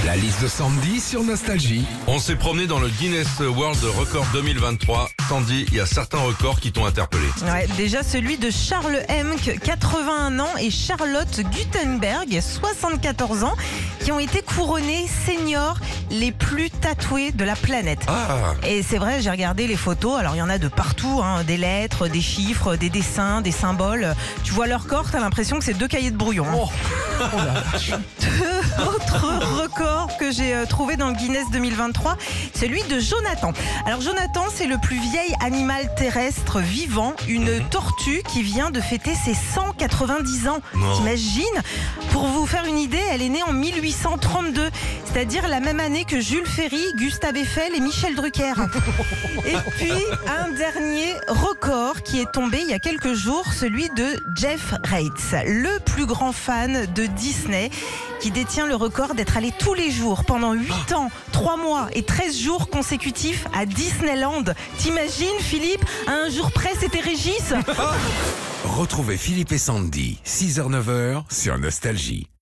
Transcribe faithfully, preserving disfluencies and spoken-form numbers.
La liste de Sandy sur Nostalgie. On s'est promené dans le Guinness World Record deux mille vingt-trois. Sandy, il y a certains records qui t'ont interpellé. Ouais, déjà celui de Charles Hemck, quatre-vingt-un ans, et Charlotte Gutenberg, soixante-quatorze ans, qui ont été couronnés seniors les plus tatoués de la planète. Ah, Et c'est vrai, j'ai regardé les photos, alors il y en a de partout, hein, des lettres, des chiffres, des dessins, des symboles. Tu vois leur corps, t'as l'impression que c'est deux cahiers de brouillon. hein. Oh, oh la vache. Deux autres records que j'ai euh, trouvé dans le Guinness deux mille vingt-trois, celui de Jonathan. Alors Jonathan, c'est le plus vieil animal terrestre vivant, une tortue qui vient de fêter ses cent quatre-vingt-dix ans. Non. T'imagines ? Pour vous faire une idée, elle est née en mille huit cent trente-deux, c'est-à-dire la même année que Jules Ferry, Gustave Eiffel et Michel Drucker. Et puis un dernier record qui est tombé il y a quelques jours, celui de Jeff Reitz, le plus grand fan de Disney, qui détient le record d'être allé tous les jours pendant huit ans, trois mois et treize jours consécutifs à Disneyland. T'imagines, Philippe, à un jour près, c'était Régis. Retrouvez Philippe et Sandy, six heures neuf heures sur Nostalgie.